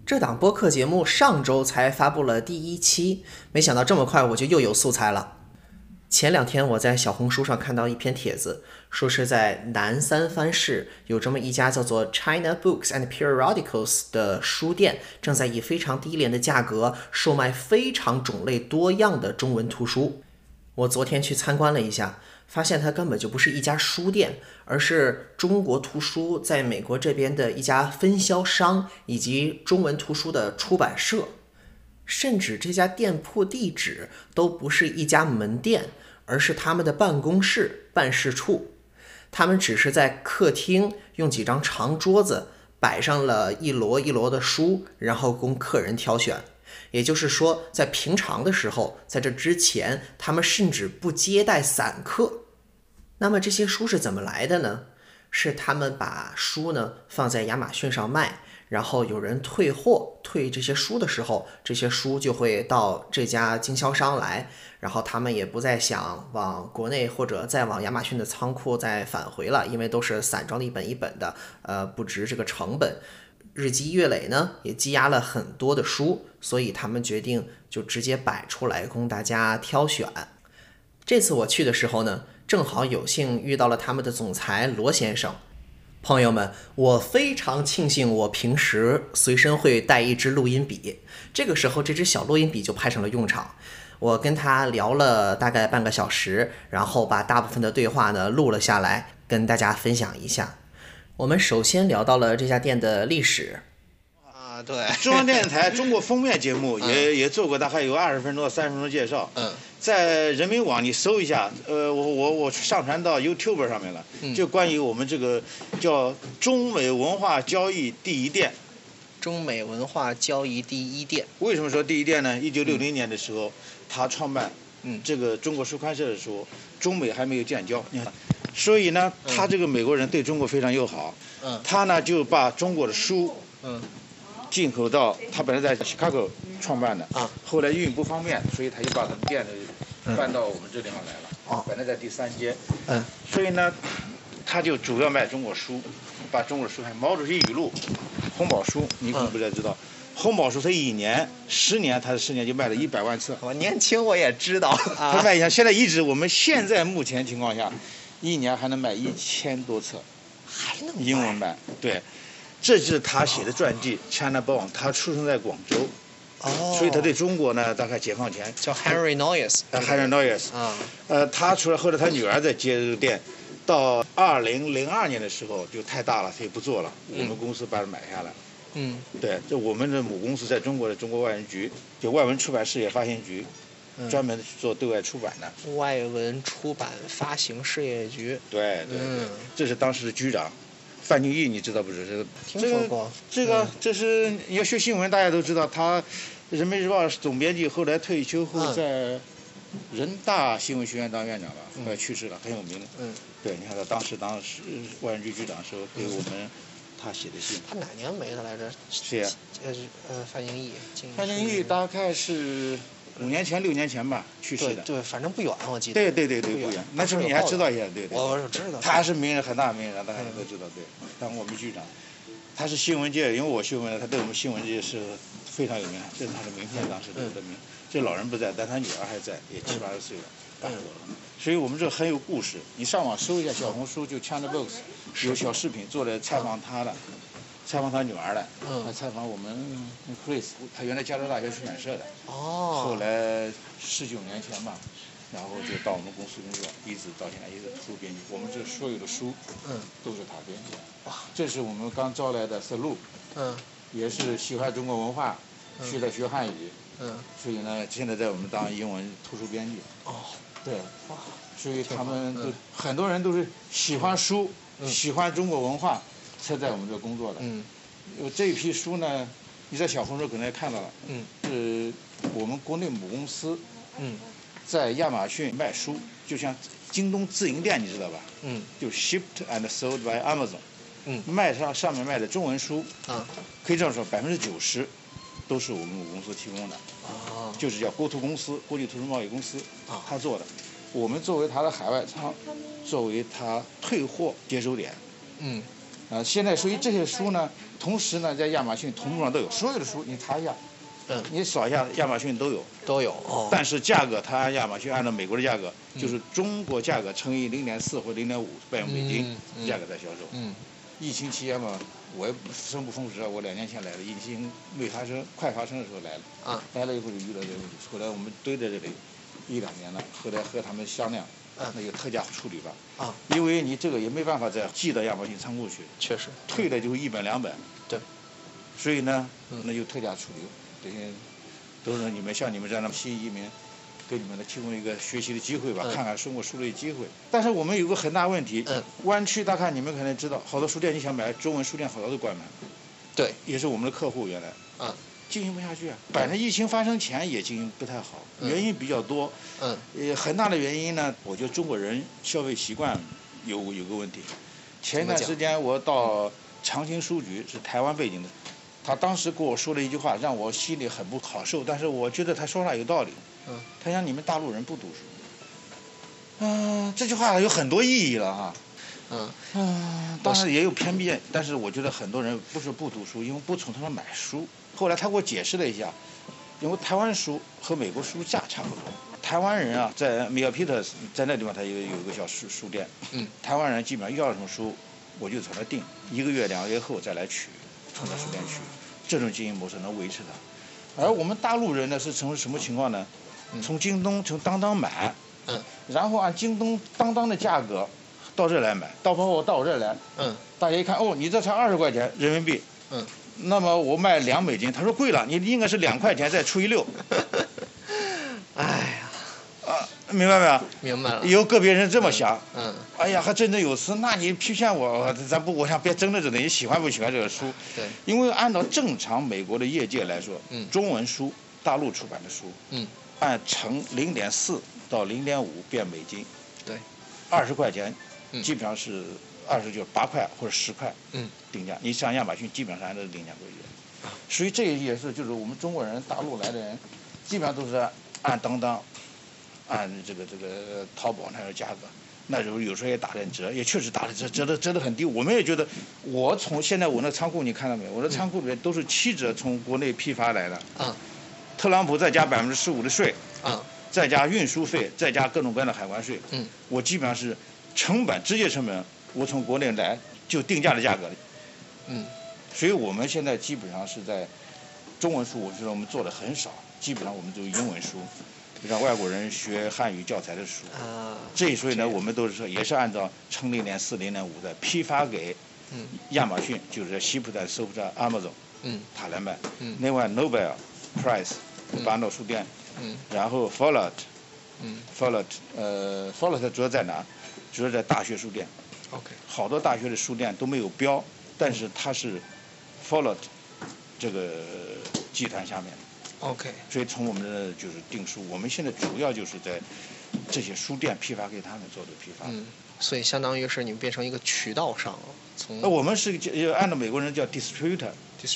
这档播客节目上周才发布了第1期，没想到这么快我就又有素材了。前2天我在小红书上看到一篇帖子，说是在南三藩市有这么一家叫做 China Books and Periodicals 的书店，正在以非常低廉的价格售卖非常种类多样的中文图书。我昨天去参观了一下，发现它根本就不是一家书店，而是中国图书在美国这边的一家分销商以及中文图书的出版社。甚至这家店铺地址都不是一家门店，而是他们的办公室办事处。他们只是在客厅用几张长桌子摆上了一摞一摞的书，然后供客人挑选。也就是说，在平常的时候，在这之前，他们甚至不接待散客。那么这些书是怎么来的呢？是他们把书呢放在亚马逊上卖，然后有人退货，退这些书的时候，这些书就会到这家经销商来，然后他们也不再想往国内或者再往亚马逊的仓库再返回了，因为都是散装的一本一本的，不值这个成本。日积月累呢，也积压了很多的书，所以他们决定就直接摆出来供大家挑选。这次我去的时候呢，正好有幸遇到了他们的总裁罗先生。朋友们，我非常庆幸我平时随身会带一支录音笔，这个时候这支小录音笔就派上了用场。我跟他聊了大概半个小时，然后把大部分的对话呢录了下来，跟大家分享一下。我们首先聊到了这家店的历史。 对，中央电视台中国封面节目也做过，大概有20分钟到30分钟介绍。在人民网你搜一下，我上传到 YouTube 上面了，就关于我们这个叫中美文化交易第一店。 中美文化交易第一店， 为什么说第一店呢？1960年的时候，他创办这个中国书刊社的时候，中美还没有建交，你看，所以呢，他这个美国人对中国非常友好。他呢就把中国的书进口到，他本来在 Chicago 创办的，后来运不方便，所以他就把他们店搬到我们这地方来了。本来在第3街。所以呢，他就主要卖中国书，把中国书，还毛主席语录、红宝书，你可能不太知道。红宝书他10年他10年就卖了100万册。 我年轻我也知道。 他卖一下，现在一直我们现在目前情况下，1年还能卖1000多册， 还能卖英文版。对。这是他写的传记 China Born， 他出生在广州，所以他对中国呢，大概解放前叫 Henry Noyes。Henry Noyes。他除了后来他女儿在接这个店，到2002年的时候就太大了，他也不做了，我们公司把它买下来。对，这我们的母公司在中国的中国外文局，就外文出版事业发行局，专门做对外出版的。 外文出版发行事业局。 对，这是当时的局长。范俊毅你知道不是？ 听说过。 这是你要学新闻，大家都知道，他人民日报总编辑，后来退休后在人大新闻学院当院长了，后来去世了，很有名的。对，你看他当时外文局局长的时候给我们他写的信。 他哪年没的来着？ 是呀。 范俊毅。 范俊毅大概是5年前、6年前吧去世的。 对，反正不远，我记得。 对，不远。那是不是你还知道一下？对。 我知道。 他是名人，很大名人，大家都知道。对，当我们局长，他是新闻界，因为我新闻，他对我们新闻界是非常有名，这是他的名片，当时留的名。这老人不在，但他女儿还在，也70、80岁了，大活了。所以我们这很有故事。你上网搜一下小红书，就 China Books， 有小视频做的采访他的。采访他女儿的，还采访我们 Chris， 他原来加州大学出版社的，后来19年前吧，然后就到我们公司工作，一直到现在一直副编辑。我们这所有的书，都是他编辑的。这是我们刚招来的色路，也是喜欢中国文化，学汉语，所以呢，现在在我们当英文图书编辑。对，所以他们都很多人都是喜欢书，喜欢中国文化。才在我们这工作的。有这一批书呢，你在小红书可能也看到了。是我们国内母公司。在亚马逊卖书，就像京东自营店，你知道吧？就 shipped and sold by Amazon。上面卖的中文书，可以这样说，90%都是我们母公司提供的。就是叫国图公司，国际图书贸易公司，他做的。我们作为他的海外仓，作为他退货接收点。 现在所以这些书呢，同时呢在亚马逊同步上都有，所有的书你查一下，你扫一下亚马逊都有。但是价格它按亚马逊按照美国的价格，就是中国价格乘以0.4或0.5百美金价格在销售。疫情期间嘛，我也生不逢时啊，我2年前来的，疫情没发生，快发生的时候来了。来了以后就遇到这个问题，后来我们堆在这里1-2年了，后来和他们商量。那就特价处理吧。因为你这个也没办法再寄到亚马逊仓库去， 确实， 退了就100-200。 对， 所以呢，那就特价处理，等于都是你们像你们这样的新移民，给你们的提供一个学习的机会吧，看看中国书的机会。但是我们有个很大问题，湾区大概你们可能知道，好多书店你想买中文书店，好多都关门。 对， 也是我们的客户原来。经营不下去，反正疫情发生前也经营不太好，原因比较多。很大的原因呢，我觉得中国人消费习惯有个问题。前一段时间我到长青书局，是台湾背景的，他当时跟我说了一句话，让我心里很不好受，但是我觉得他说话有道理。他讲你们大陆人不读书。这句话有很多意义了哈。当然也有偏见，但是我觉得很多人不是不读书，因为不从他那买书。后来他给我解释了一下，因为台湾书和美国书价差不多。台湾人啊，在米尔皮特斯在那地方，他有一个小书店。台湾人基本上要什么书，我就从那订，1个月2个月后再来取，从那书店取。这种经营模式能维持它。而我们大陆人呢，是从什么情况呢？从京东从当当买，然后按京东当当的价格到这来买，到我这儿来，大家一看，你这才20块钱人民币。那么我卖2美金，他说贵了，你应该是2块钱再除以6。 哎呀， 明白没有？ 明白了。 有个别人这么想，哎呀，还真的有词，那你批骗我，咱不，我想别争着你喜欢不喜欢这个书？ 对。 因为按照正常美国的业界来说，中文书，大陆出版的书，按乘0.4到0.5变美金， 对 ，20块钱，基本上是。20就是8块或者10块，定价。你上亚马逊基本上按照定价规约，所以这也是就是我们中国人大陆来的人，基本上都是按当当，按这个淘宝那个价格，那时候有时候也打点折，也确实打的折得很低。我们也觉得，现在我那仓库你看到没有？我的仓库里面都是7折从国内批发来的，特朗普再加15%的税，再加运输费，再加各种各样的海关税，我基本上是直接成本。我从国内来就定价的价格，所以我们现在基本上是在中文书，我觉得我们做的很少，基本上我们都英文书，让外国人学汉语教材的书。所以呢，我们都是说也是按照乘0.4、0.5的批发给亚马逊，就是西普在搜在 Amazon，他来卖。另外 Nobel、Price、巴诺书店，然后 Follett 主要在哪？主要在大学书店。好多大学的书店都没有标，但是它是 Follett 这个集团下面。所以从我们的就是订书，我们现在主要就是在这些书店批发给他们做的批发。 所以相当于是你们变成一个渠道商了。 我们是按照美国人叫 distributor，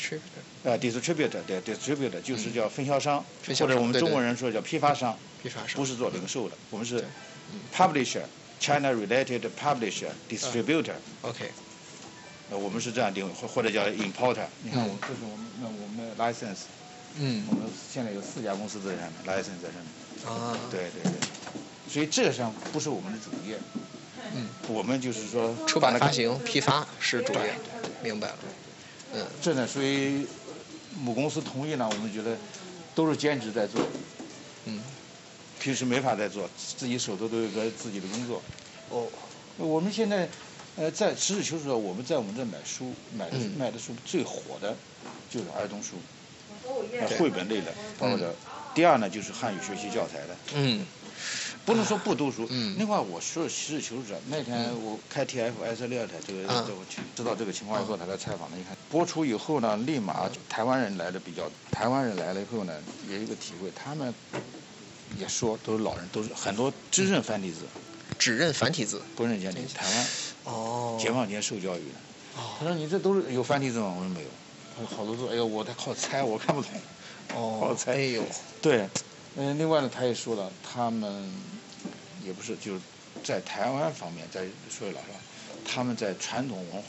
对 distributor 就是叫分销商，或者我们中国人说叫批发商，不是做零售的，我们是 publisher。China related publisher distributor。我们是这样定位，或者叫 importer。你看，这是我们的 license。我们现在有4家公司在上面 ，license 在上面。对。所以这上不是我们的主业。我们就是说出版发行、批发是主业。 对， 明白了。 这呢，所以母公司同意呢，我们觉得都是兼职在做。平时没法再做，自己手头都有个自己的工作。我们现在，在实事求是说，我们在我们这买书，卖的书最火的，就是儿童书，绘本类的，包括第二呢就是汉语学习教材的。不能说不读书。另外我说实事求是，那天我开 TF 列台这个，我知道这个情况以后，他来采访了，一看播出以后呢，立马台湾人来的比较，台湾人来了以后呢，也有一个体会，他们。也说都是老人，都是很多只认繁体字， 只认繁体字， 不认简体字。台湾解放前受教育的。他说你这都是有繁体字吗？我说没有。他说好多字，哎呦，我得靠猜，我看不懂。靠猜。 哎呦。 对，另外呢，他也说了，他们也不是就是在台湾方面，在说句老实话，他们在传统文化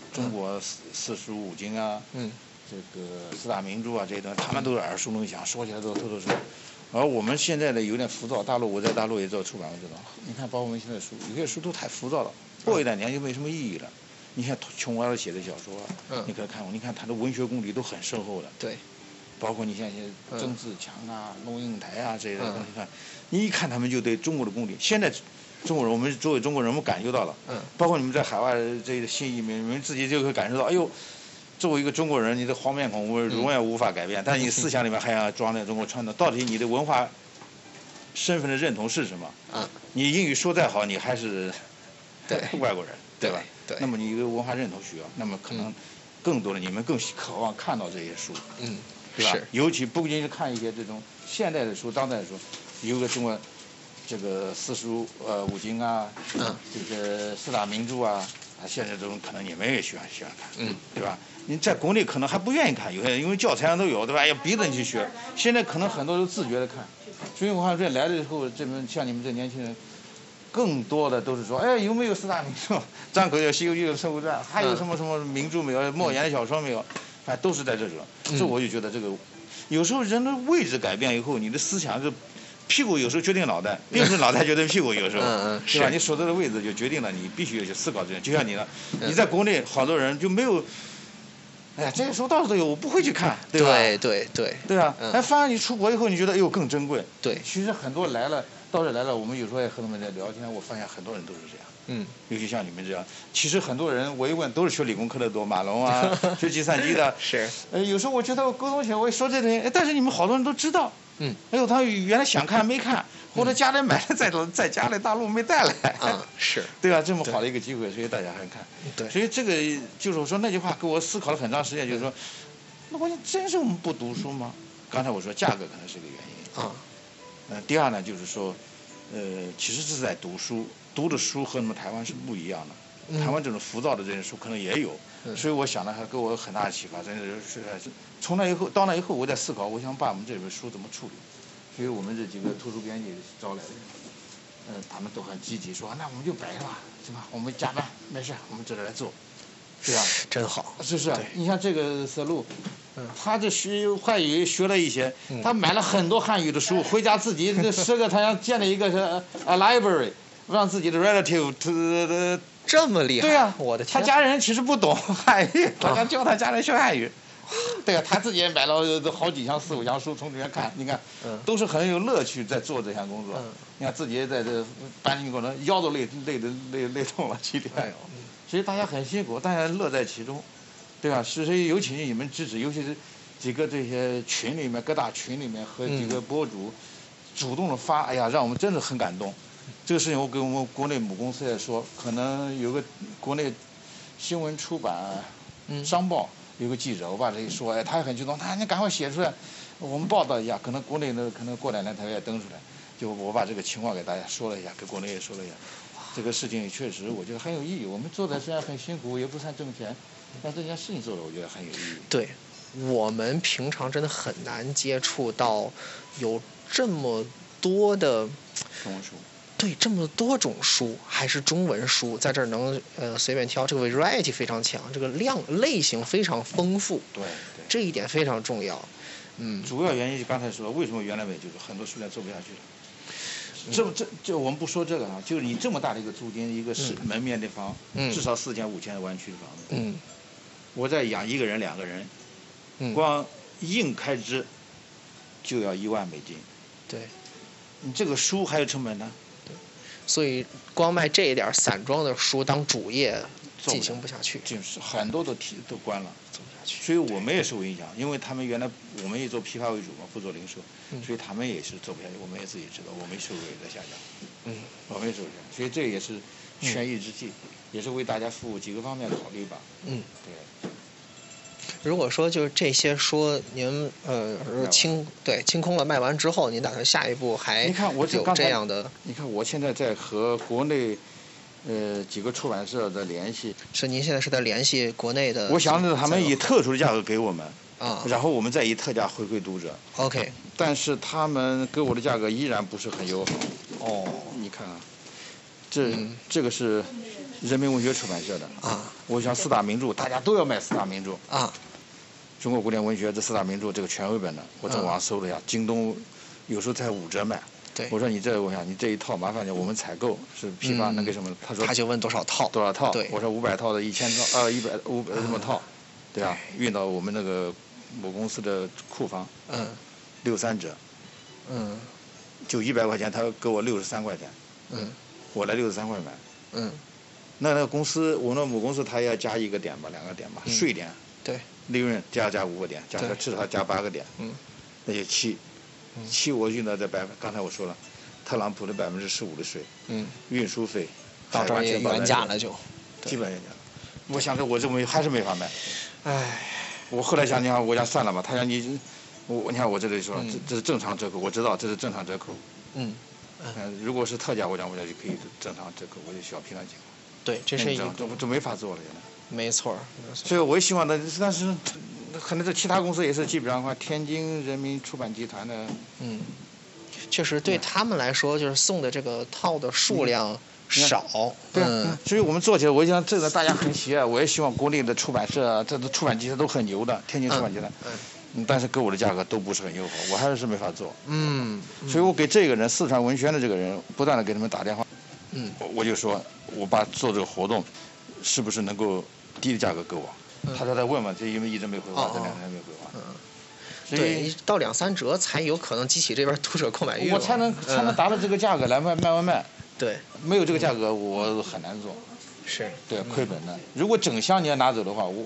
中国四书五经啊，这个四大名著啊这些东西，他们都是耳熟能详，说起来都头头是道。而我们现在呢有点浮躁，我在大陆也做出版，我知道。你看，包括我们现在书，有些书都太浮躁了，过一两年就没什么意义了。你看琼瑶写的小说啊，你可以看过，你看他的文学功底都很深厚的。 对。 包括你像一些曾仕强啊、龙应台啊这些东西，看，你一看他们就对中国的功底。现在中国人，我们作为中国人，我们感受到了。包括你们在海外这些新移民，你们自己就会感受到，哎呦。作为一个中国人，你的黄面孔永远无法改变，但是你思想里面还要装点中国传统。到底你的文化身份的认同是什么？你英语说再好，你还是外国人，对吧？ 对。 那么你一个文化认同需要，那么可能更多的你们更渴望看到这些书，对吧？尤其不仅是看一些这种现代的书、当代的书，有个中国这个四书五经啊，这些四大名著啊。现在这种可能你们也喜欢看，对吧？你在国内可能还不愿意看，有些人因为教材上都有，对吧？要逼着你去学。现在可能很多都自觉的看，所以我看这来了以后，这边像你们这年轻人，更多的都是说，哎，有没有四大名著？张口有《西游记》有《水浒传》，还有什么什么名著没有？莫言的小说没有？哎，都是在这种。这我就觉得这个，有时候人的位置改变以后，你的思想就。屁股有时候决定脑袋，并不是脑袋决定屁股，有时候，对吧？你所在的位置就决定了你必须要去思考这些。就像你了，你在国内好多人就没有，哎呀，这些书到处都有，我不会去看，对吧？ 对吧？哎，反而你出国以后，你觉得哎呦更珍贵。 对， 其实很多到这来了，我们有时候也和他们在聊天，我发现很多人都是这样。尤其像你们这样，其实很多人我一问都是学理工科的多，马龙啊，学计算机的。 是。 有时候我觉得我沟通起来，我也说这些，但是你们好多人都知道。哎呦，他原来想看没看，或者家里买了在家里大陆没带来。 是。 对吧？这么好的一个机会，所以大家还看。 对。 所以这个就是我说那句话，给我思考了很长时间，就是说，那关键真是我们不读书吗？刚才我说价格可能是个原因。第二呢，就是说，其实是在读书，读的书和我们台湾是不一样的。台湾这种浮躁的这些书可能也有，所以我想呢，还给我很大的启发。真的是从那以后到那以后，我在思考，我想把我们这本书怎么处理。所以我们这几个图书编辑招来的，他们都很积极，说那我们就摆着吧，是吧？我们加班没事，我们这里来做，对吧？ 真好， 是不是？你像这个色路，他这学汉语学了一些，他买了很多汉语的书，回家自己这10个，他想建了一个library， 让自己的 relative 这么厉害？ 对呀， 我的天！ 他家人其实不懂汉语，他想教他家人学汉语。对呀，他自己也买了好几箱4、5箱书，从里面看，你看，都是很有乐趣在做这项工作。你看自己在这搬运过程，腰都累痛了7天。所以大家很辛苦，大家乐在其中，对吧？所以尤其是你们支持，尤其是几个这些群里面，各大群里面和几个博主主动的发，哎呀，让我们真的很感动。这个事情我给我们国内母公司也说，可能有个国内新闻出版商报有个记者，我把这一说，哎，他也很激动，你赶快写出来，我们报道一下，可能国内呢，可能过2年他也登出来，就我把这个情况给大家说了一下，给国内也说了一下，这个事情确实我觉得很有意义。我们做的虽然很辛苦，也不算挣钱，但这件事情做的我觉得很有意义。 对，我们平常真的很难接触到有这么多的中文书。 对，这么多种书，还是中文书，在这儿能随便挑，这个 variety 非常强，这个类型非常丰富。 对， 这一点非常重要。 主要原因就刚才说，为什么原来就是很多书店做不下去了。这我们不说这个啊，就是你这么大的一个租金，一个门面的房，至少4000、5000的湾区的房子。我再养1个人、2个人，光硬开支就要1万美金。 对， 你这个书还有成本呢。 所以光卖这一点散装的书当主业进行不下去， 就是很多都关了， 走不下去。 所以我们也受影响，因为他们原来我们也做批发为主嘛，不做零售，所以他们也是走不下去。我们也自己知道，我们收入也在下降。我们也收入下降，所以这也是权宜之计，也是为大家服务几个方面考虑吧。对。 如果说就是这些说您清空了卖完之后，您打算下一步还有这样的？ 你看我现在在和国内几个出版社的联系。 是您现在是在联系国内的？ 我想着他们以特殊的价格给我们然后我们再以特价回馈读者。 OK。 但是他们给我的价格依然不是很友好。你看啊，这个是人民文学出版社的我想四大名著，大家都要买四大名著啊。 中国古典文学这四大名著这个全文本的，我在网上搜了一下，京东有时候才5折卖。 对， 我说我想你这一套麻烦你，我们采购是批发能给什么？他说他就问多少套？ 多少套？ 对， 我说500套的1000套，500这么套，对吧？运到我们那个某公司的库房，63折，就100块钱，他给我63块钱，我来63块买，那个公司我那母公司他也要加1个点吧，2个点吧，税点， 对， 利润加5个点，加至少加8个点，那就7我运到这刚才我说了，特朗普的15%的税，运输费， 到这儿也原价了就， 基本原价。我想着我这么还是没法卖， 唉， 我后来想想，我想算了吧，他想你看我这里说，这是正常折扣，我知道这是正常折扣，如果是特价，我讲就可以正常折扣，我就需要批量进口。 对，这是一个这没法做了现在。 没错。 所以我也希望的，但是可能这其他公司也是基本上天津人民出版集团的。 确实对他们来说，就是送的这个套的数量少。 对，所以我们做起来，我想这个大家很喜爱，我也希望国内的出版社啊，这的出版集团都很牛的，天津出版集团。但是给我的价格都不是很友好，我还是没法做。所以我给这个人四川文轩的这个人不断的给他们打电话。我就说，我把做这个活动，是不是能够低的价格给我？他说他问嘛，就因为一直没回话，这2天没回话。 对，到2、3折才有可能激起这边读者购买欲望， 我才能达到这个价格来卖。 对， 没有这个价格我很难做。 是。 对，亏本的。如果整箱你要拿走的话，我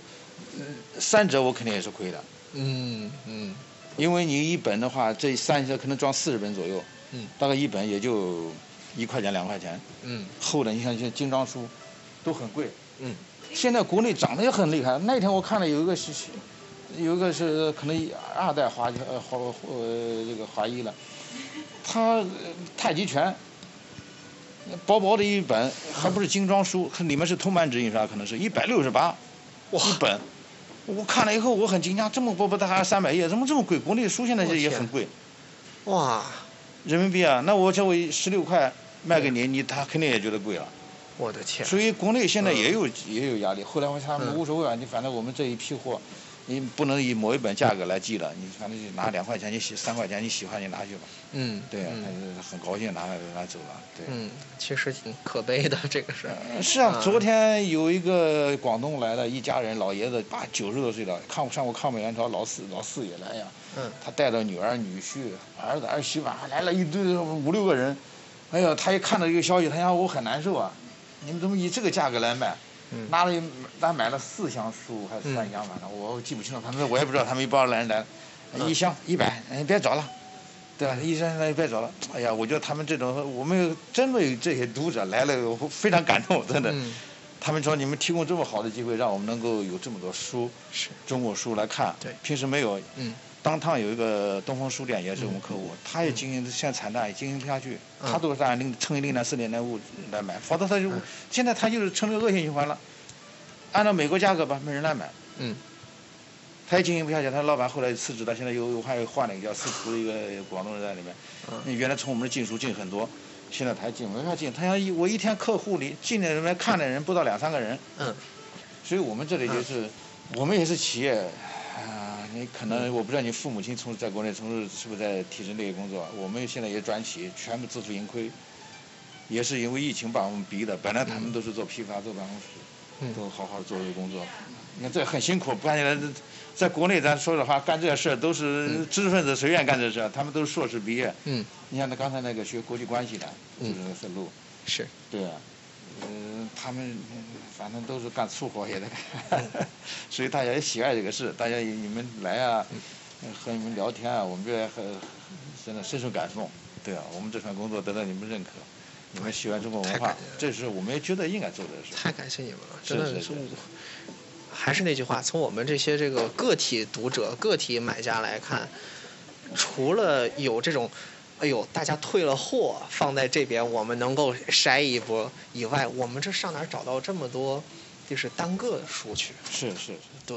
3折我肯定也是亏的。因为你一本的话，这3折可能装40本左右。大概一本也就1块钱2块钱。厚的你像精装书，都很贵。现在国内涨得也很厉害。那天我看了有一个是可能2代这个华裔了，他太极拳，薄薄的一本，还不是精装书，里面是铜版纸印刷，可能是168，一本。我看了以后我很惊讶，这么薄薄的还300页，怎么这么贵？国内书现在也很贵。 哇， 人民币啊，那我这我16块卖给你，他肯定也觉得贵了。 我的天！ 所以国内现在也有压力。后来他们无所谓啊，你反正我们这一批货，你不能以某一本价格来计了，你反正就拿2块钱，你3块钱，你喜欢你拿去吧。对，他很高兴拿走了。对。 其实挺可悲的这个事儿。 是啊，昨天有一个广东来的一家人，老爷子90多岁了，上过抗美援朝，老四也来呀。他带着女儿、女婿、儿子、儿媳妇，还来了一堆5、6个人。哎呀，他一看到这个消息，他想我很难受啊。你们怎么以这个价格来卖？他买了4箱书还是3箱，反正我记不清了。反正我也不知道，他们一帮人来，一箱100，你别找了，对吧？一箱别找了。哎呀，我觉得他们这种，我们真的有这些读者来了，我非常感动，真的。他们说你们提供这么好的机会，让我们能够有这么多书，中国书来看。 对， 平时没有。当趟有一个东风书店也是我们客户，他也经营，现在惨淡也经营不下去，他都是按乘以0.4、0.5来买，否则现在他就是成了恶性循环了。按照美国价格吧，没人来买。他也经营不下去，他老板后来辞职了，现在还换了一个叫司徒的一个广东人在里面。原来从我们这进书进很多，现在他进没法进，他想我一天客户里进的人看的人不到2、3个人。所以我们这里就是，我们也是企业。你可能我不知道你父母亲在国内从事是不是在体制内工作，我们现在也转企，全部自负盈亏，也是因为疫情把我们逼的。本来他们都是做批发、做办公室，都好好做这个工作。你看这很辛苦，不然在国内咱说实话干这事都是知识分子随便干这事，他们都是硕士毕业。你像刚才那个学国际关系的，就是分路。是。对啊。他们反正都是干粗活也在干，所以大家也喜爱这个事。大家你们来啊，和你们聊天啊，我们这真的深受感动。对啊，我们这份工作得到你们认可，你们喜欢中国文化，这是我们也觉得应该做的事。 太感谢你们了，真的是。还是那句话，从我们这个个体读者、个体买家来看，除了有这种。哎呦，大家退了货放在这边，我们能够筛一波以外，我们这上哪找到这么多就是单个的书去？是，对，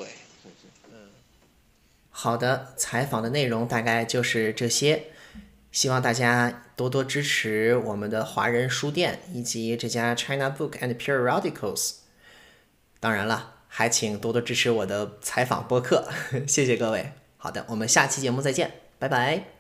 好的，采访的内容大概就是这些，希望大家多多支持我们的华人书店以及这家 China Book and Periodicals。 当然了，还请多多支持我的采访播客，谢谢各位。好的，我们下期节目再见，拜拜。